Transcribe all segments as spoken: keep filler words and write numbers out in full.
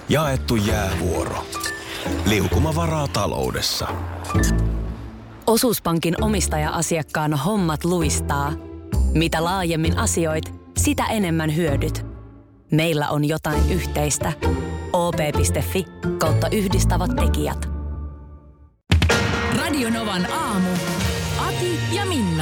Jaettu jäävuoro. Liukuma varaa taloudessa. Osuuspankin omistaja-asiakkaan hommat luistaa. Mitä laajemmin asioit, sitä enemmän hyödyt. Meillä on jotain yhteistä. o p piste f i kautta yhdistävät tekijät. Radionovan aamu. Ati ja Minna.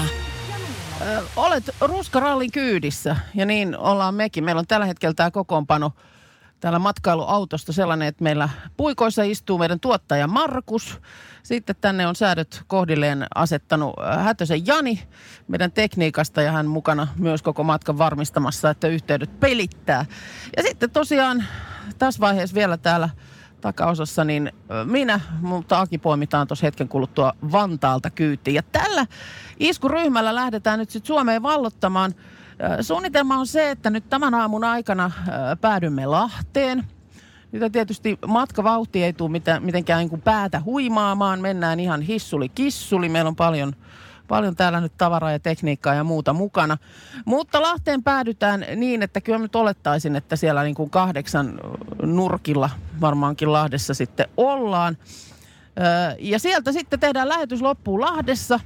Ö, olet ruskarallin kyydissä ja niin ollaan mekin. Meillä on tällä hetkellä tämä kokoonpano täällä matkailuautosta sellainen, että meillä puikoissa istuu meidän tuottaja Markus. Sitten tänne on säädöt kohdilleen asettanut Hätösen Jani meidän tekniikasta ja hän mukana myös koko matkan varmistamassa, että yhteydet pelittää. Ja sitten tosiaan tässä vaiheessa vielä täällä takaosassa, niin minä, mutta Aki poimitaan tuossa hetken kuluttua Vantaalta kyytiin. Ja tällä iskuryhmällä lähdetään nyt sitten Suomeen vallottamaan. Suunnitelma on se, että nyt tämän aamun aikana päädymme Lahteen. Nyt tietysti matkavauhti ei tule mitenkään niin kuin päätä huimaamaan. Mennään ihan hissuli kissuli. Meillä on paljon, paljon täällä nyt tavaraa ja tekniikkaa ja muuta mukana. Mutta Lahteen päädytään niin, että kyllä nyt olettaisin, että siellä niin kuin kahdeksan nurkilla varmaankin Lahdessa sitten ollaan. Ja sieltä sitten tehdään lähetys loppuun Lahdessa.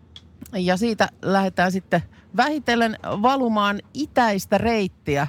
Ja siitä lähdetään sitten vähitellen valumaan itäistä reittiä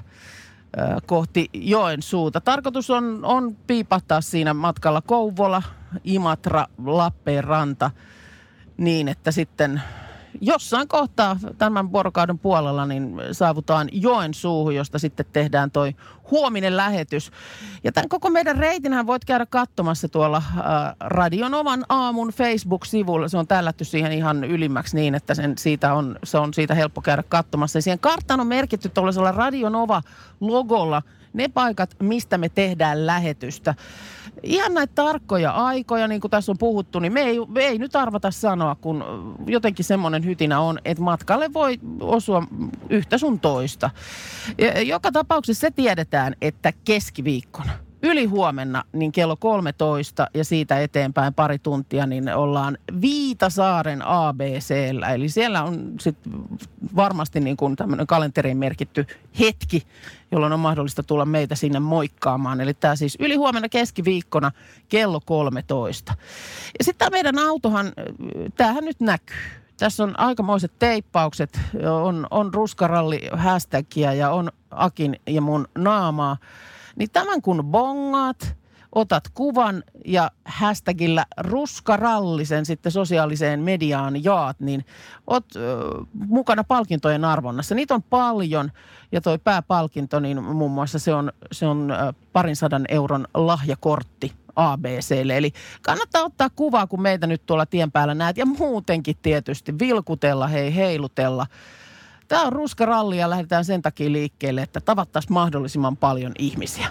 kohti Joensuuta. Tarkoitus on, on piipahtaa siinä matkalla Kouvola, Imatra, Lappeenranta niin, että sitten jossain kohtaa tämän vuorokauden puolella niin saavutaan Joensuuhun, josta sitten tehdään toi huominen lähetys. Ja tämän koko meidän reitinhän voit käydä katsomassa tuolla äh, Radionovan aamun Facebook-sivulla. Se on tällätty siihen ihan ylimmäksi niin, että sen siitä on, se on siitä helppo käydä katsomassa. Ja siihen karttaan on merkitty tuollaisella Radionova-logolla ne paikat, mistä me tehdään lähetystä. Ihan näitä tarkkoja aikoja, niin kuin tässä on puhuttu, niin me ei, me ei nyt arvata sanoa, kun jotenkin semmoinen hytinä on, että matkalle voi osua yhtä sun toista. Ja joka tapauksessa se tiedetään, että keskiviikkona, yli huomenna, niin kello kolmetoista ja siitä eteenpäin pari tuntia, niin ollaan Viitasaaren A B C:llä. Eli siellä on sitten varmasti niin kuin tämmöinen kalenteriin merkitty hetki, jolloin on mahdollista tulla meitä sinne moikkaamaan. Eli tämä siis yli huomenna keskiviikkona kello kolmetoista. Ja sitten tämä meidän autohan, tämähän nyt näkyy. Tässä on aikamoiset teippaukset, on, on ruskaralli hashtagia ja on Akin ja mun naamaa. Niin tämän kun bongaat, otat kuvan ja hashtagillä ruskarallisen sitten sosiaaliseen mediaan jaat, niin oot ö, mukana palkintojen arvonnassa. Niitä on paljon ja toi pääpalkinto, niin muun muassa se on, se on ö, parin sadan euron lahjakortti A B C:lle. Eli kannattaa ottaa kuvaa, kun meitä nyt tuolla tien päällä näet ja muutenkin tietysti vilkutella, hei heilutella. Tämä on ruskaralli ja lähdetään sen takia liikkeelle, että tavattaisiin mahdollisimman paljon ihmisiä.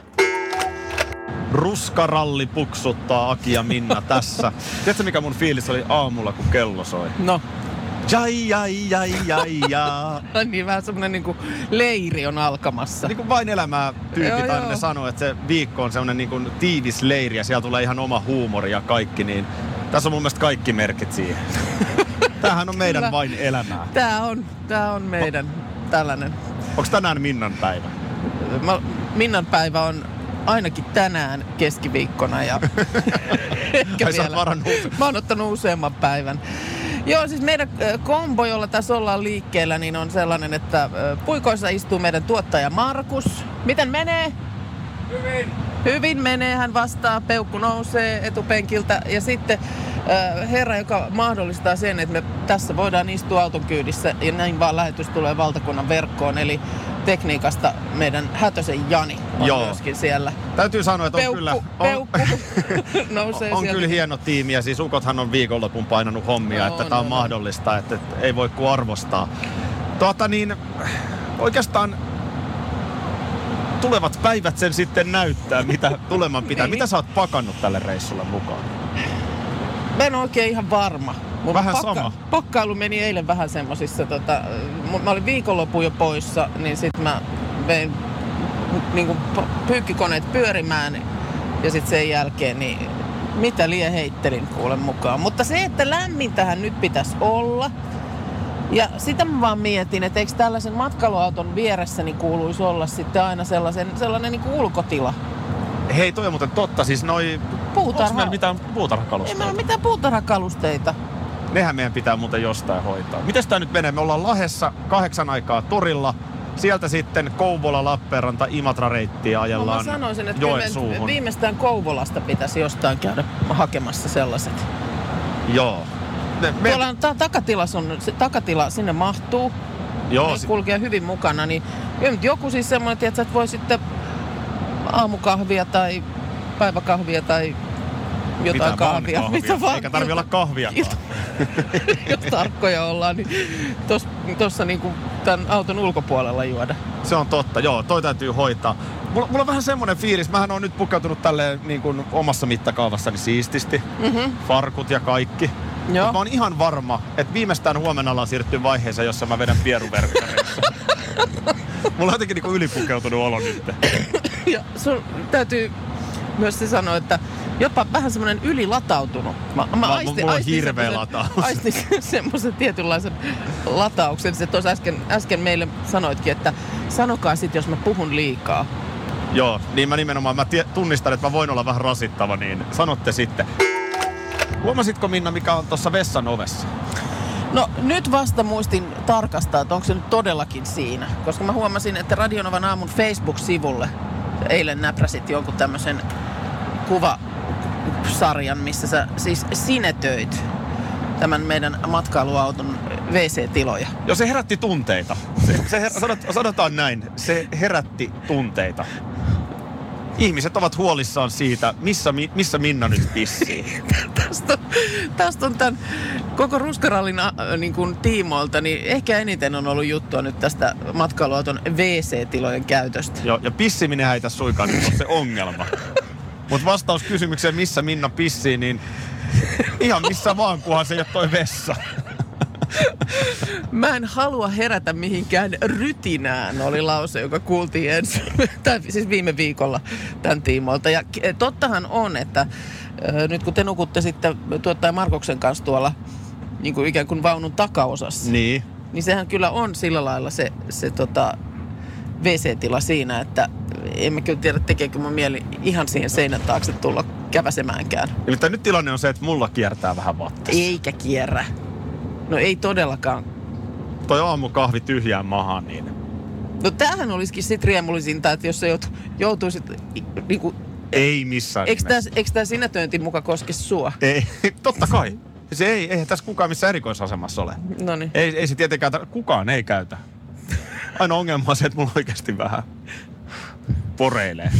Ruskaralli puksuttaa Aki ja Minna tässä. Tiedätkö mikä mun fiilis oli aamulla, kun kello soi? No. Jai, jai, jai, jai, jai. Niin vähän semmoinen niin kuin leiri on alkamassa. Niin kuin Vain elämää tyypit Joo, aina joo. sanoo, että se viikko on semmoinen niin kuin tiivis leiri ja siellä tulee ihan oma huumori ja kaikki. Niin tässä on mun mielestä kaikki merkit siihen. Tämähän on meidän Kyllä. Vain elämää. Tää on, tää on meidän o- tällainen. Onko tänään Minnan päivä? Mä, Minnan päivä on ainakin tänään keskiviikkona ja ehkä Ai sä oot vielä. varannut. Mä oon ottanut useamman päivän. Joo, siis meidän äh, kombo, jolla tässä ollaan liikkeellä, niin on sellainen, että äh, puikoissa istuu meidän tuottaja Markus. Miten menee? Hyvin. Hyvin menee, hän vastaa, peukku nousee etupenkiltä ja sitten äh, herra, joka mahdollistaa sen, että me tässä voidaan istua auton kyydissä ja näin vaan lähetys tulee valtakunnan verkkoon, eli tekniikasta meidän Hätösen Jani on Joo. myöskin siellä. Täytyy sanoa, että on Peukku, kyllä... On, peukku nousee on sieltä. kyllä hieno tiimi ja siis ukothan on viikonlopun painanut hommia, No, että on, tämä on on. mahdollista, että, että ei voi kuin arvostaa. Tuota niin, oikeastaan tulevat päivät sen sitten näyttää, mitä tuleman pitää. Niin. Mitä sä oot pakannut tälle reissulle mukaan? Mä en oikein ihan varma. Mun Vähän sama. Pakkailu meni eilen vähän semmosissa, tota, mä olin viikonlopun jo poissa, niin sit mä vein niinku pyykkikoneet pyörimään ja sit sen jälkeen niin mitä lie heittelin kuulen mukaan. Mutta se, että lämmintähän nyt pitäisi olla. Ja sitä mä vaan mietin, että eikö tällaisen matkailuauton vieressä niin kuuluisi olla sitten aina sellaisen, sellainen niin kuin ulkotila. Hei, toi on muuten totta. Siis noi... Puutarha. Onko meillä mitään Ei puutarhakalusteita? meillä ole mitään puutarhakalusteita. Nehän meidän pitää muuten jostain hoitaa. Mites tää nyt menee? Me ollaan Lahdessa kahdeksan aikaa torilla. Sieltä sitten Kouvola, Lappeenranta, Imatra-reittiä ajellaan Mä sanoisin, että Joensuuhun. kyllä viimeistään Kouvolasta pitäisi jostain käydä hakemassa sellaiset. Joo. Ne, me... Tuolla on ta- takatilassa on, se takatila sinne mahtuu. Joo, Ne si- kulkee hyvin mukana, niin joku siis semmoinen, että et voi sitten aamukahvia tai päiväkahvia tai jotain Mitä vaan kahvia. kahvia. Mitä vaan. Eikä tarvi olla kahviakaan. Jos tarkkoja ollaan, niin tuossa niinku tämän auton ulkopuolella juoda. Se on totta, joo, toi täytyy hoitaa. Mulla, mulla on vähän semmonen fiilis, mähän on nyt pukeutunut tälleen niin kuin omassa mittakaavassani siististi. Mm-hmm. Farkut ja kaikki. Joo. Mut mä oon ihan varma, että viimeistään huomenna ollaan siirtynyt vaiheeseen, jossa mä vedän pieruverkkareissa. Mulla on jotenkin niinku ylipukeutunut olo nyt. Ja sun täytyy myös se sanoa, että jopa vähän semmoinen ylilatautunut. Mä, mä, Mä- aistin, mulla on aistin hirveä semmosen- lataus. Aistin semmoisen tietynlaisen latauksen. Se tuossa äsken, äsken meille sanoitkin, että sanokaa sitten, jos mä puhun liikaa. Joo, niin mä nimenomaan mä tie, tunnistan, että mä voin olla vähän rasittava, niin sanotte sitten. Huomasitko, Minna, mikä on tuossa vessan ovessa? No nyt vasta muistin tarkastaa, että onko se nyt todellakin siinä. Koska mä huomasin, että Radionovan aamun Facebook-sivulle eilen näpräsit jonkun tämmöisen kuvasarjan, missä sä siis sinetöit tämän meidän matkailuauton wee see-tiloja. Joo, se herätti tunteita. Se, se her, sanot, sanotaan näin, se herätti tunteita. Ihmiset ovat huolissaan siitä, missä, missä Minna nyt pissii. Tästä on, tästä on tämän koko Ruskarallin äh, niin kuin tiimoilta, niin ehkä eniten on ollut juttua nyt tästä matkailuauton wee see-tilojen käytöstä. Joo, ja pissiminen ei tässä suinkaan nyt ole se ongelma. Mutta vastaus kysymykseen, missä Minna pissii, niin ihan missä vaan, kunhan se ei ole toi vessa. Mä en halua herätä mihinkään rytinään, oli lause, joka kuultiin ensin, tai siis viime viikolla tämän tiimoilta. Ja tottahan on, että äh, nyt kun te nukutte sitten tuottaja Markoksen kanssa tuolla niin kuin ikään kuin vaunun takaosassa, Niin. niin sehän kyllä on sillä lailla se, se tota wee see-tila siinä, että emme kyllä tiedä, tekeekö mun mieli ihan siihen seinän taakse tulla käväsemäänkään. Eli nyt tilanne on se, että mulla kiertää vähän vattessa. Eikä kierrä. No ei todellakaan. Toi aamukahvi tyhjään mahaan, niin... No tämähän olisikin sit riemullisinta, että jos sä jout, joutuisit niinku... Ei missään Eikö tää, nimessä. eikö tää sinetöinti muka koske sua? Ei, totta kai. Se ei, eihän tässä kukaan missä erikoisasemassa ole. Noniin. Ei, ei se tietenkään, tar- kukaan ei käytä. Aina ongelma on se, että mulla oikeasti vähän poreilee.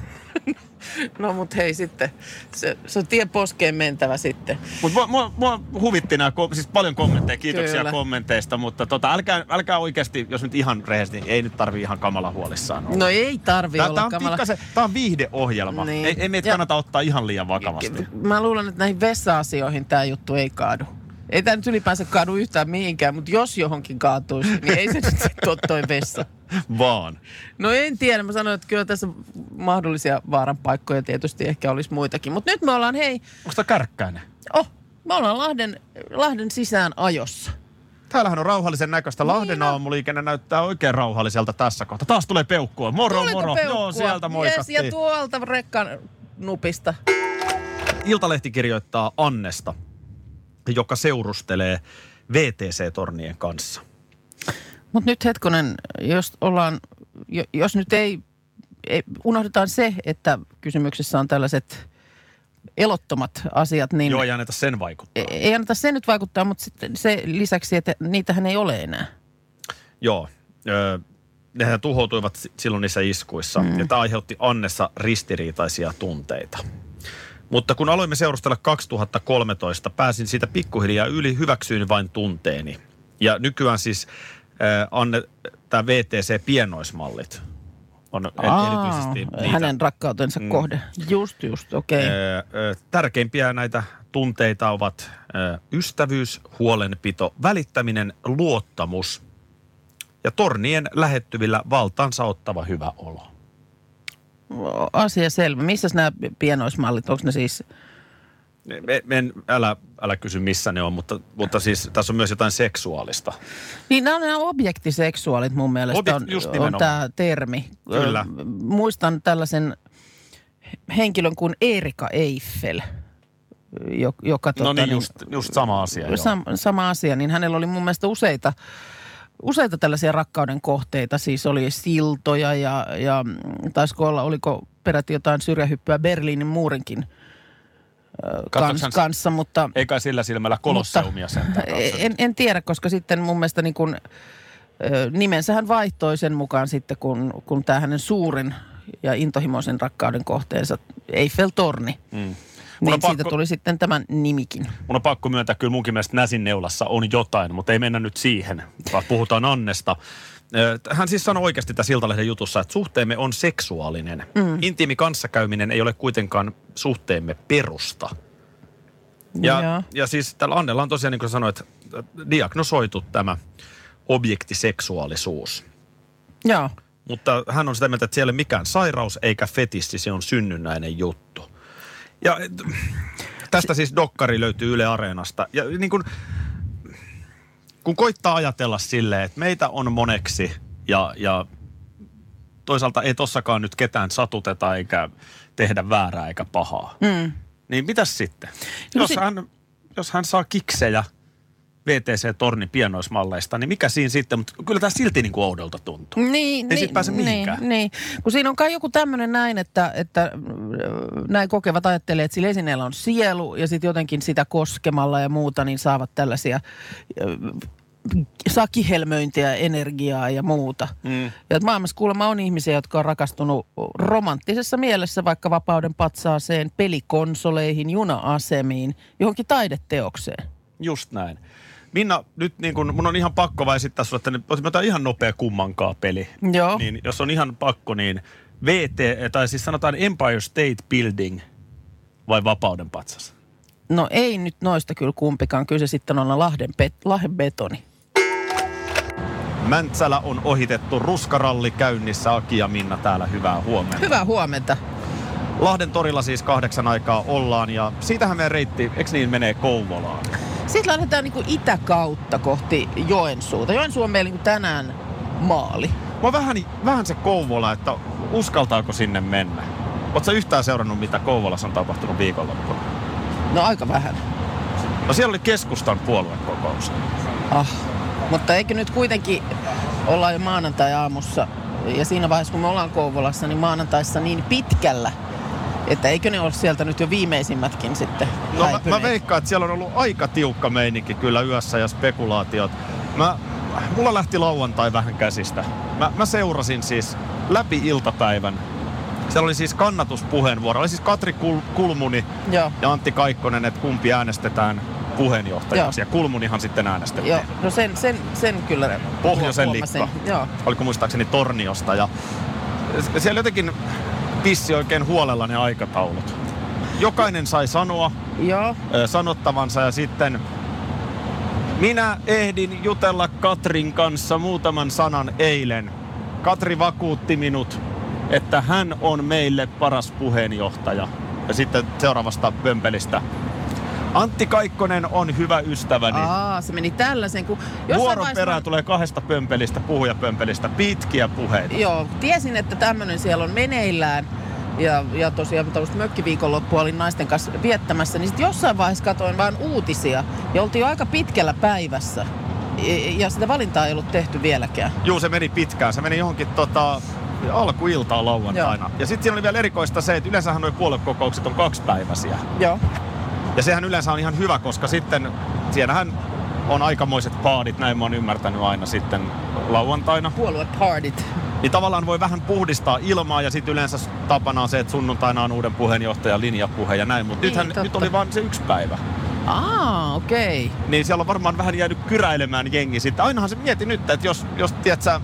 No mut hei sitten, se, se on tie poskeen mentävä sitten. Mutta mua, mua, mua huvitti nämä, siis paljon kommentteja, kiitoksia Kyllä. kommenteista, mutta tota, älkää, älkää oikeasti, jos nyt ihan rehellisesti, niin ei nyt tarvii ihan kamala huolissaan olla. No ei tarvi Tää, olla tää on kamala. pikkasen, tää on viihdeohjelma. Niin. Ei, ei meitä Ja- kannata ottaa ihan liian vakavasti. Mä luulen, että näihin vessa-asioihin tää juttu ei kaadu. Ei tää nyt ylipäänsä kaadu yhtään mihinkään, mutta jos johonkin kaatuisi, niin ei se nyt sitten ole toi vessa. Vaan. No en tiedä, mä sanoin, että kyllä tässä mahdollisia vaaranpaikkoja tietysti ehkä olisi muitakin. Mutta nyt me ollaan, hei, Onko tää Kärkkäinen? oh, me ollaan Lahden, Lahden sisään ajossa. Täällähän on rauhallisen näköistä. Lahden Niin on. aamuliikenne näyttää oikein rauhalliselta tässä kohtaa. Taas tulee peukkua. Moro, Tuliko moro. peukkua? Joo, sieltä moikattiin. Yes, ja tuolta rekkan nupista. Iltalehti kirjoittaa Annesta, joka seurustelee vee tee see-tornien kanssa. Mutta nyt hetkonen, jos ollaan, jo- jos nyt ei, ei, unohdetaan se, että kysymyksessä on tällaiset elottomat asiat, niin Joo, ei anneta sen vaikuttaa. ei, ei anneta sen nyt vaikuttaa, mutta sitten se lisäksi, että niitähän ei ole enää. Joo. Öö, nehän tuhoutuivat si- silloin niissä iskuissa. Mm. Ja tämä aiheutti Annessa ristiriitaisia tunteita. Mutta kun aloimme seurustella kaksituhattakolmetoista, pääsin siitä pikkuhiljaa yli, hyväksyin vain tunteeni. Ja nykyään siis äh, Anne, tämä vee tee see-pienoismallit on Aa, erityisesti niitä. hänen rakkautensa Mm. kohde. Just, just, okei. Okay. Ö, ö, tärkeimpiä näitä tunteita ovat ö, ystävyys, huolenpito, välittäminen, luottamus ja tornien lähettyvillä valtaansa ottava hyvä olo. Asia selvä. Missäs nämä pienoismallit, onko ne siis... Me, me en, älä, älä kysy missä ne on, mutta, mutta siis tässä on myös jotain seksuaalista. Niin nämä on nämä objektiseksuaalit mun mielestä Objek- on, just on nimenomaan. tämä termi. Kyllä. Ö, muistan tällaisen henkilön kuin Erika Eiffel, joka... No tota, niin, just, just sama asia. Sam- sama asia, niin hänellä oli mun mielestä useita, useita tällaisia rakkauden kohteita. Siis oli siltoja ja, ja taisiko olla, oliko peräti jotain syrjähyppyä Berliinin muurinkin kans, kanssa, mutta... Ei kai sillä silmällä Kolosseumia sentään kanssa. En, en tiedä, koska sitten mun mielestä niin kun, nimensä hän vaihtoi sen mukaan sitten, kun, kun tämä hänen suurin ja intohimoisen rakkauden kohteensa Eiffel-torni. Mm. Niin pakko, siitä tuli sitten tämän nimikin. Mun on pakko myöntää, kyllä munkin mielestä Näsinneulassa on jotain, mutta ei mennä nyt siihen, vaan puhutaan Annesta. Hän siis sanoi oikeasti tässä Iltalehden jutussa, että suhteemme on seksuaalinen. Mm. Intiimi kanssakäyminen ei ole kuitenkaan suhteemme perusta. Ja, ja. ja siis tällä Annella on tosiaan, niin kuin sanoit, diagnosoitu tämä objektiseksuaalisuus. Joo. Mutta hän on sitä mieltä, että siellä ei ole mikään sairaus eikä fetissi, se on synnynnäinen juttu. Ja tästä siis dokkari löytyy Yle Areenasta. Ja niin kun, kun koittaa ajatella silleen, että meitä on moneksi ja, ja toisaalta ei tossakaan nyt ketään satuteta eikä tehdä väärää eikä pahaa. Mm. Niin mitäs sitten? No jos, si- hän, jos hän saa kiksejä V T C-tornin pienoismalleista, niin mikä siinä sitten, mutta kyllä tämä silti niin kuin oudolta tuntuu. Niin, ei niin, siitä pääse mihinkään. Niin, niin, kun siinä on kai joku tämmöinen näin, että, että näin kokevat ajattelee, että sillä esineellä on sielu ja sitten jotenkin sitä koskemalla ja muuta, niin saavat tällaisia, saa kihelmöintiä, energiaa ja muuta. Mm. Ja että maailmassa kuulemma on ihmisiä, jotka on rakastunut romanttisessa mielessä vaikka Vapauden patsaaseen, pelikonsoleihin, juna-asemiin, johonkin taideteokseen. Just näin. Minna, nyt niin kun mun on ihan pakko vai esittää sulle, että otetaan ihan nopea kummankaan peli. Joo. Niin jos on ihan pakko, niin V T, tai siis sanotaan Empire State Building vai Vapauden patsas? No ei nyt noista kyllä kumpikaan. Kyllä se sitten on Lahden, bet- Lahden betoni. Mäntsälä on ohitettu, ruskaralli käynnissä. Aki ja Minna täällä, hyvää huomenta. Hyvää huomenta. Lahden torilla siis kahdeksan aikaa ollaan ja siitähän meidän reitti, eikö niin, menee Kouvolaan? Sitten lähdetään niin kuin itäkautta kohti Joensuuta. Joensuu on meillä niin kuin tänään maali. Mä vähän, vähän se Kouvola, että uskaltaako sinne mennä? Ootko sä yhtään seurannut, mitä Kouvolassa on tapahtunut viikonloppuna? No aika vähän. No siellä oli keskustan puoluekokous. Ah, mutta eikö nyt kuitenkin olla jo maanantai-aamussa ja siinä vaiheessa kun me ollaan Kouvolassa, niin maanantaissa niin pitkällä, että eikö ne ole sieltä nyt jo viimeisimmätkin sitten No mä, mä veikkaan, että siellä on ollut aika tiukka meininki kyllä yössä ja spekulaatiot. Mä, mulla lähti lauantai vähän käsistä. Mä, mä seurasin siis läpi iltapäivän. Siellä oli siis kannatuspuheenvuoro. Oli siis Katri Kul- Kulmuni Joo. ja Antti Kaikkonen, että kumpi äänestetään puheenjohtajaksi. Joo. Ja Kulmunihan sitten äänestettiin. Joo, no sen, sen, sen kyllä Pohjoisen Likka. Joo. Oliko muistaakseni Torniosta. Ja siellä jotenkin pissi oikein huolella ne aikataulut. Jokainen sai sanoa Joo. sanottavansa ja sitten minä ehdin jutella Katrin kanssa muutaman sanan eilen. Katri vakuutti minut, että hän on meille paras puheenjohtaja. Ja sitten seuraavasta pömpelistä. Antti Kaikkonen on hyvä ystäväni. Aa, se meni tällaisen. Kun vuoron perään mä... tulee kahdesta pömpelistä, puhujapömpelistä, pitkiä puheita. Joo, tiesin, että tämmöinen siellä on meneillään. Ja, ja tosiaan tällaista mökkiviikonloppua olin naisten kanssa viettämässä. Niin sitten jossain vaiheessa katsoin vaan uutisia. Ja oltiin jo aika pitkällä päivässä. Ja sitä valintaa ei ollut tehty vieläkään. Juu, se meni pitkään. Se meni johonkin tota... alkuiltaan lauantaina. Joo. Ja sitten siinä oli vielä erikoista se, että yleensähän nuo puoluekokoukset on kaksipäiväisiä. Joo. Ja sehän yleensä on ihan hyvä, koska sitten siellähän on aikamoiset paadit, näin mä oon ymmärtänyt aina sitten lauantaina. Puoluepaadit. Niin tavallaan voi vähän puhdistaa ilmaa ja sitten yleensä tapana on se, että sunnuntaina on uuden puheenjohtajan linjapuhe ja näin. Mutta niin, nythän nyt oli vaan se yksi päivä. Aa, okei. Okay. Niin siellä on varmaan vähän jäänyt kyräilemään jengi sitten. Ainahan se mieti nyt, että jos, jos tiedät sä,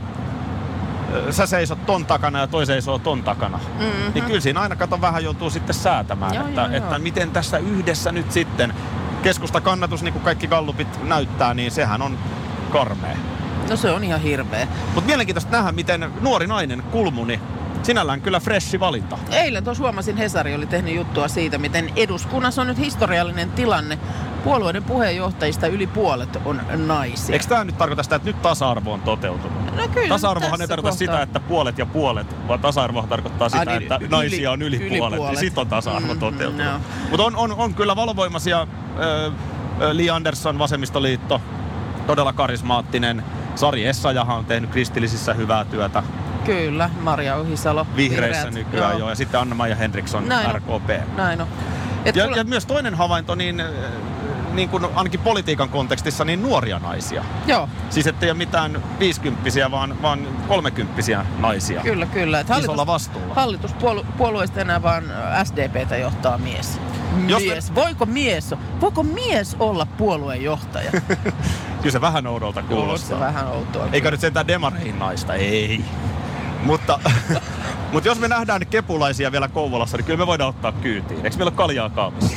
sä seisot ton takana ja toi seisoo ton takana. Mm-hmm. Niin kyllä siinä aina kato vähän joutuu sitten säätämään, joo, että, joo, että joo. miten tässä yhdessä nyt sitten keskusta kannatus, niin kuin kaikki gallupit näyttää, niin sehän on karmea. No se on ihan hirveä. Mutta mielenkiintoista nähdä, miten nuori nainen Kulmuni, sinällään kyllä freshi valinta. Eilen tuossa huomasin, Hesari oli tehnyt juttua siitä, miten eduskunnassa on nyt historiallinen tilanne. puolueiden puheenjohtajista yli puolet on naisia. Eikö tämä nyt tarkoita sitä, että nyt tasa-arvo on toteutunut? No kyllä, tasa-arvohan ei tarkoita kohtaa. sitä, että puolet ja puolet, vaan tasa-arvohan tarkoittaa sitä, Ai, että yli, naisia on yli, yli puolet. puolet. Ja sit on tasa-arvo Mm, toteutunut. no. Mutta on, on, on kyllä valovoimaisia. Äh, Li Andersson, Vasemmistoliitto, todella karismaattinen. Sari Essayahhan on tehnyt kristillisissä hyvää työtä. Kyllä, Maria Ohisalo. Vihreissä Vihreät. nykyään Joo. jo. Ja sitten Anna-Maija Henriksson, Näin on. R K P. Näin on. Et Ja, kuule- ja myös toinen havainto, niin, äh, niin kuin ainakin politiikan kontekstissa, niin nuoria naisia. Joo, Siis ettei ole mitään viisikymppisiä, vaan, vaan kolmekymppisiä naisia. kyllä, kyllä. Et Isolla vastuulla. Hallituspuolueista enää vaan S D P:tä johtaa mies. Jos Mies. Voiko mies, voiko mies olla puoluejohtaja? Kyllä se vähän oudolta Se kuulostaa. vähän outoa. Eikä nyt sentään demareihin naista, ei. Mutta, mutta jos me nähdään kepulaisia vielä Kouvolassa, niin kyllä me voidaan ottaa kyytiin. Eikö meillä ole kaljaa kaapissa?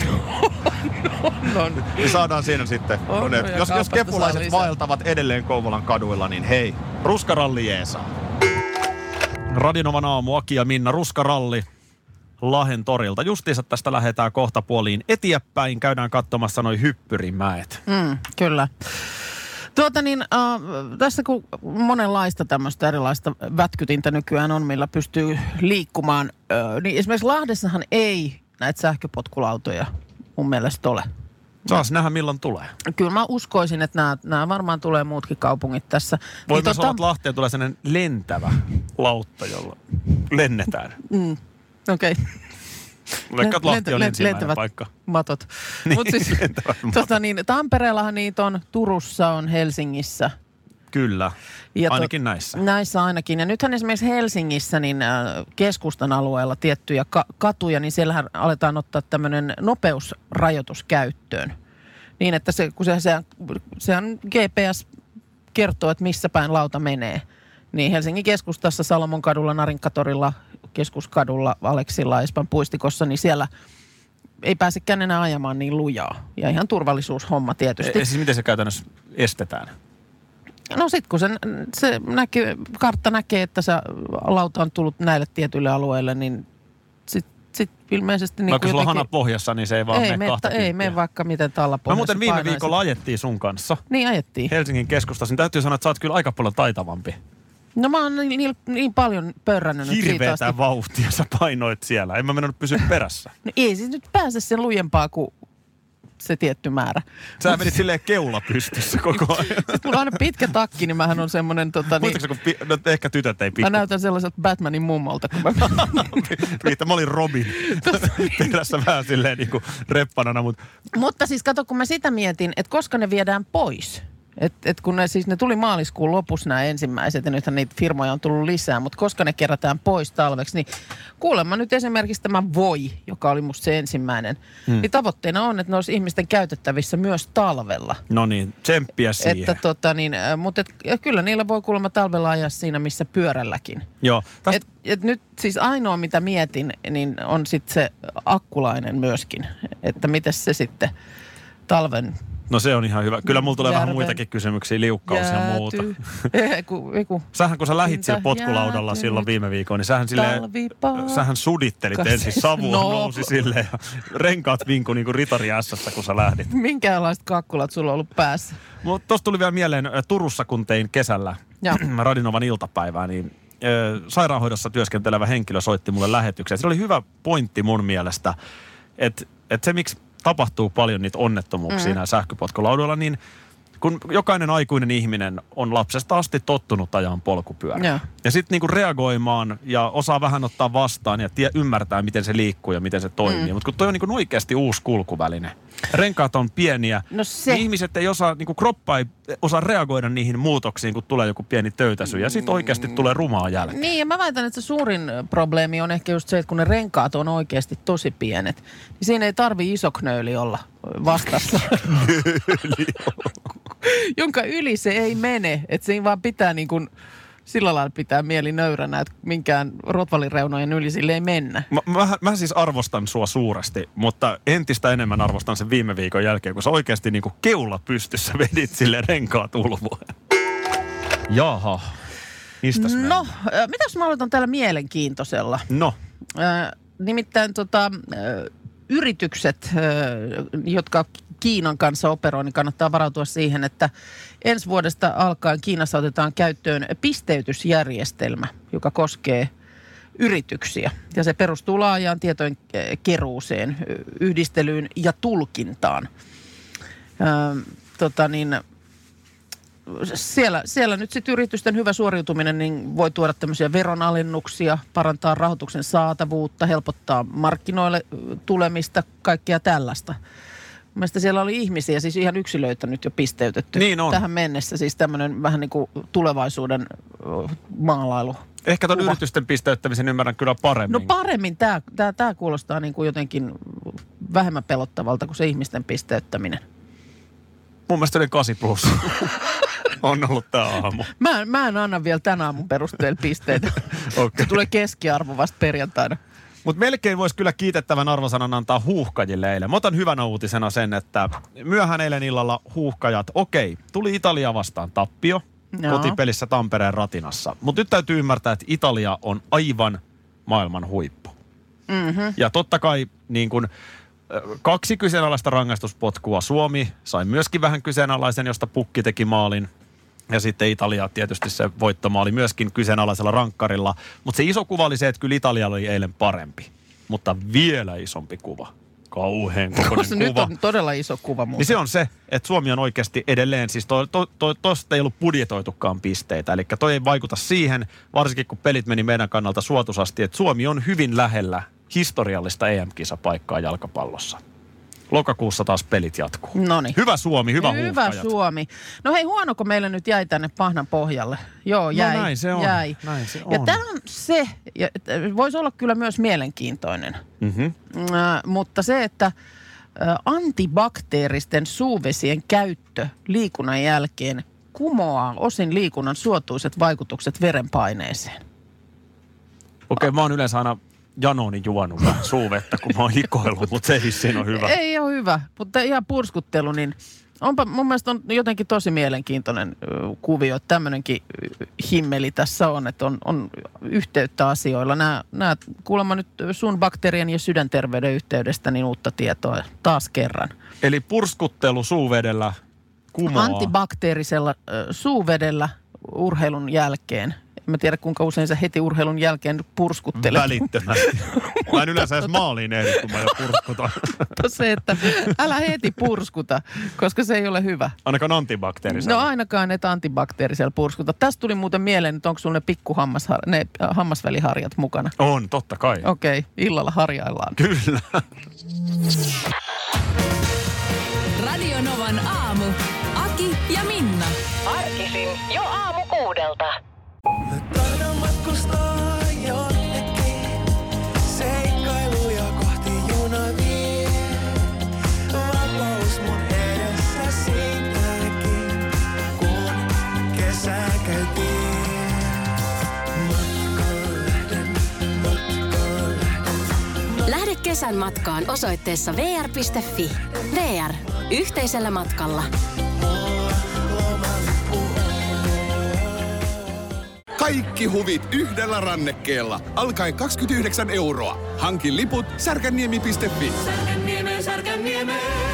No, Niin saadaan siinä sitten. On, ne. ja Jos, jos kaupasta saa kepulaiset lisää. vaeltavat edelleen Kouvolan kaduilla, niin hei, ruskaralli jeesaa. Radinovan aamu, Aki ja Minna, ruskaralli Lahden torilta. Justiinsa tästä lähdetään kohta puoliin eteenpäin. Käydään katsomassa noi hyppyrimäet. Mm, kyllä. Tuota niin, äh, tässä kun monenlaista tämmöistä erilaista vätkytintä nykyään on, millä pystyy liikkumaan, äh, niin esimerkiksi Lahdessahan ei näitä sähköpotkulautoja mun mielestä ole. Saas nähdä milloin tulee. Kyllä mä uskoisin, että nämä, nämä varmaan tulee muutkin kaupungit tässä. Voi Niin myös tota- olla, että Lahteen tulee sellainen lentävä lautta, jolla lennetään. Mm, okei. Okay. Vaikka Lent- Lahti on lent- ensimmäinen lentävät paikka. matot. Niin, Mut siis, lentävät matot. tota niin, Tampereellahan niitä on, Turussa on, Helsingissä. Kyllä, Ja ainakin tot- näissä. Näissä ainakin. Ja nythän esimerkiksi Helsingissä niin äh, keskustan alueella tiettyjä ka- katuja, niin siellähän aletaan ottaa tämmöinen nopeusrajoitus käyttöön. Niin, että se, kun se, se, sehän G P S kertoo, että missä päin lauta menee. Niin Helsingin keskustassa, Salomonkadulla, Narinkatorilla, Keskuskadulla, Aleksilla, Espan puistikossa, niin siellä ei pääsekään enää ajamaan niin lujaa. Ja ihan turvallisuushomma tietysti. E, siis miten se käytännössä estetään? No sit kun se, se näkyy, kartta näkee, että se lauta on tullut näille tietyille alueille, niin sit, sit ilmeisesti niin Vaikka kuin sulla on jotenkin... hana pohjassa, niin se ei vaan ei mene me, kahta ei mene vaikka miten tallapohjassa Mä muuten viime painaisit. viikolla ajettiin sun kanssa Niin ajettiin. Helsingin keskustassa, niin täytyy sanoa, että sä oot kyllä aika paljon taitavampi. No mä oon niin, niin, niin paljon pörrännyt nyt siitä Hirveetä asti. vauhtia sä painoit siellä. En mä mennyt pysyä perässä. No ei siis nyt pääse sen lujempaa kuin se tietty määrä. Sä menit silleen keula pystyssä koko ajan. Sitten mulla on aina pitkä takki, niin mähän on semmonen tota niin... Muistatko, kun pi- no, ehkä tytöt ei Mä pikku. näytän sellaiselta Batmanin mummolta, kun mä... Riitta, mä olin Robin perässä vähän silleen niin kuin reppanana, mutta Mutta siis kato, kun mä sitä mietin, että koska ne viedään pois. Että et kun ne siis ne tuli maaliskuun lopussa nämä ensimmäiset ja nythän niitä firmoja on tullut lisää, mutta koska ne kerätään pois talveksi, niin kuulemma nyt esimerkiksi tämä Voi, joka oli musta se ensimmäinen, hmm. niin tavoitteena on, että ne olisi ihmisten käytettävissä myös talvella. no niin, tsemppiä siihen. Että tota niin, äh, mutta et, ja kyllä niillä voi kuulemma talvella ajaa siinä missä pyörälläkin. Joo, tästä, Et, et nyt siis ainoa mitä mietin, niin on sitten se akkulainen myöskin, että miten se sitten talven no se on ihan hyvä. Kyllä mulla tulee vähän Järven muitakin kysymyksiä, liukkaus ja muuta. Ei, ku, ei, ku. Sähän kun sä lähit Pinta sillä potkulaudalla jäätynyt. silloin viime viikolla, niin sähän silleen, Talvipaa. sähän sudittelit Kas- ensin, savua No. nousi silleen ja renkaat vinku niin kuin ritari ässässä, kun sä lähdit. Minkäänlaiset kakkulat sulla on ollut päässä? Mutta tosta tuli vielä mieleen, ä, Turussa kun tein kesällä Joo. Radinovan iltapäivää, niin ö, sairaanhoidossa työskentelevä henkilö soitti mulle lähetykseen. Se oli hyvä pointti mun mielestä, että et se miksi tapahtuu paljon niitä onnettomuuksia mm. näillä sähköpotkulaudoilla, niin kun jokainen aikuinen ihminen on lapsesta asti tottunut ajan polkupyörää. Joo. Ja sitten niinku reagoimaan ja osaa vähän ottaa vastaan ja tie, ymmärtää, miten se liikkuu ja miten se toimii. Mm. Mutta kun toi on niinku oikeasti uusi kulkuväline. Renkaat on pieniä. No se. Niin ihmiset ei osaa, niinku kroppa ei osaa reagoida niihin muutoksiin, kun tulee joku pieni töytäsy. Ja sitten oikeasti tulee rumaa jälkeen. Niin, ja mä väitän, että se suurin probleemi on ehkä just se, että kun ne renkaat on oikeasti tosi pienet, niin siinä ei tarvi iso knöyli olla vastassa. Jonka yli se ei mene. Että siinä vaan pitää niin kuin, sillä lailla pitää mieli nöyränä, että minkään rotvalireunojen yli sille ei mennä. Mä, mä, mä siis arvostan sua suuresti, mutta entistä enemmän arvostan sen viime viikon jälkeen, kun sä oikeasti niinku keula pystyssä vedit sille renkaat ulvoen. Jaha, mistäs No, mennään? äh, mitäs mä aloitan täällä mielenkiintoisella? No, Äh, nimittäin tota, äh, yritykset, äh, jotka Kiinan kanssa operoi, niin kannattaa varautua siihen, että ensi vuodesta alkaen Kiinassa otetaan käyttöön pisteytysjärjestelmä, joka koskee yrityksiä. Ja se perustuu laajaan tietojen keruuseen, yhdistelyyn ja tulkintaan. Ää, tota niin, siellä, siellä nyt sitten yritysten hyvä suoriutuminen niin voi tuoda tämmöisiä veronalennuksia, parantaa rahoituksen saatavuutta, helpottaa markkinoille tulemista, kaikkea tällaista. Mielestäni siellä oli ihmisiä, siis ihan yksilöitä nyt jo pisteytetty niin on. Tähän mennessä. Siis tämmöinen vähän niin kuin tulevaisuuden maalailu. Ehkä ton kuva. Yritysten pisteyttämisen ymmärrän kyllä paremmin. No paremmin. Tämä, tämä, tämä kuulostaa niin kuin jotenkin vähemmän pelottavalta kuin se ihmisten pisteyttäminen. Mun mielestä oli kasi plus. On ollut tää aamu. Mä, mä en anna vielä tänä aamun perusteella pisteitä. Okay. Se tulee keskiarvo vasta perjantaina. Mutta melkein voisi kyllä kiitettävän arvosanan antaa huuhkajille eilen. Mä otan hyvänä uutisena sen, että myöhään eilen illalla huuhkajat, okei, tuli Italia vastaan tappio Joo. kotipelissä Tampereen Ratinassa. Mutta nyt täytyy ymmärtää, että Italia on aivan maailman huippu. Mm-hmm. Ja totta kai niin kun, kaksi kyseenalaista rangaistuspotkua. Suomi sai myöskin vähän kyseenalaisen, josta Pukki teki maalin. Ja sitten Italia tietysti se voittomaali myöskin kyseenalaisella rankkarilla. Mutta se iso kuva oli se, että kyllä Italia oli eilen parempi. Mutta vielä isompi kuva. Kauhean kokoinen kuva. Nyt on todella iso kuva muuten. Niin se on se, että Suomi on oikeasti edelleen, siis tuosta to, to, ei ollut budjetoitukaan pisteitä. Eli toi ei vaikuta siihen, varsinkin kun pelit meni meidän kannalta suotuisasti, että Suomi on hyvin lähellä historiallista E M-kisapaikkaa jalkapallossa. Lokakuussa taas pelit jatkuu. Noniin. Hyvä Suomi, hyvä Hyvä huuhkajat. Suomi. No hei, huono, kun meillä nyt jäi tänne pahnan pohjalle. Joo, jäi. No näin se on. Jäi. Näin se ja on. tämä on se, ja voisi olla kyllä myös mielenkiintoinen. Mm-hmm. Äh, mutta se, että äh, antibakteeristen suuvesien käyttö liikunnan jälkeen kumoaa osin liikunnan suotuiset vaikutukset verenpaineeseen. Okei, mä oon yleensä aina Janoni juonut vähän suuvettä, kun mä oon hikoillut, mutta se vissiin on hyvä. Ei ole hyvä, mutta ihan purskuttelu, niin onpa mun mielestä on jotenkin tosi mielenkiintoinen ö, kuvio, että tämmöinenkin himmeli tässä on, että on, on yhteyttä asioilla. Nämä, nämä kuulemma nyt sun bakteerien ja sydänterveyden yhteydestä niin uutta tietoa taas kerran. Eli purskuttelu suuvedellä kumoaa. Antibakteerisella ö, suuvedellä urheilun jälkeen. Mä tiedä, kuinka usein sä heti urheilun jälkeen purskuttelet. Välittömästi. Mä en yleensä edes maaliin ehdi, kun mä jo purskutan. Se, että älä heti purskuta, koska se ei ole hyvä. Ainakaan antibakteerisella. No ainakaan et antibakteerisella purskuta. Tästä tuli muuten mieleen, että onko sulla ne pikkuhammasharjat, ne hammasväliharjat mukana? On, totta kai. Okei, okay, illalla harjaillaan. Kyllä. Radio Novan aamu. Aki ja Minna. Arkisin jo aamu kuudelta. Tahdon matkustaa jonnekin, seikkailuja kohti juna vie. Vapaus mun edessä siitäkin, kun kesä käytiin. Matkaan lähden, matkaan lähden. Lähde kesän matkaan osoitteessa v r piste f i. V R. Yhteisellä matkalla. Kaikki huvit yhdellä rannekkeella. Alkaen kaksikymmentäyhdeksän euroa. Hankin liput särkänniemi piste f i. Särkänniemeen, Särkänniemeen.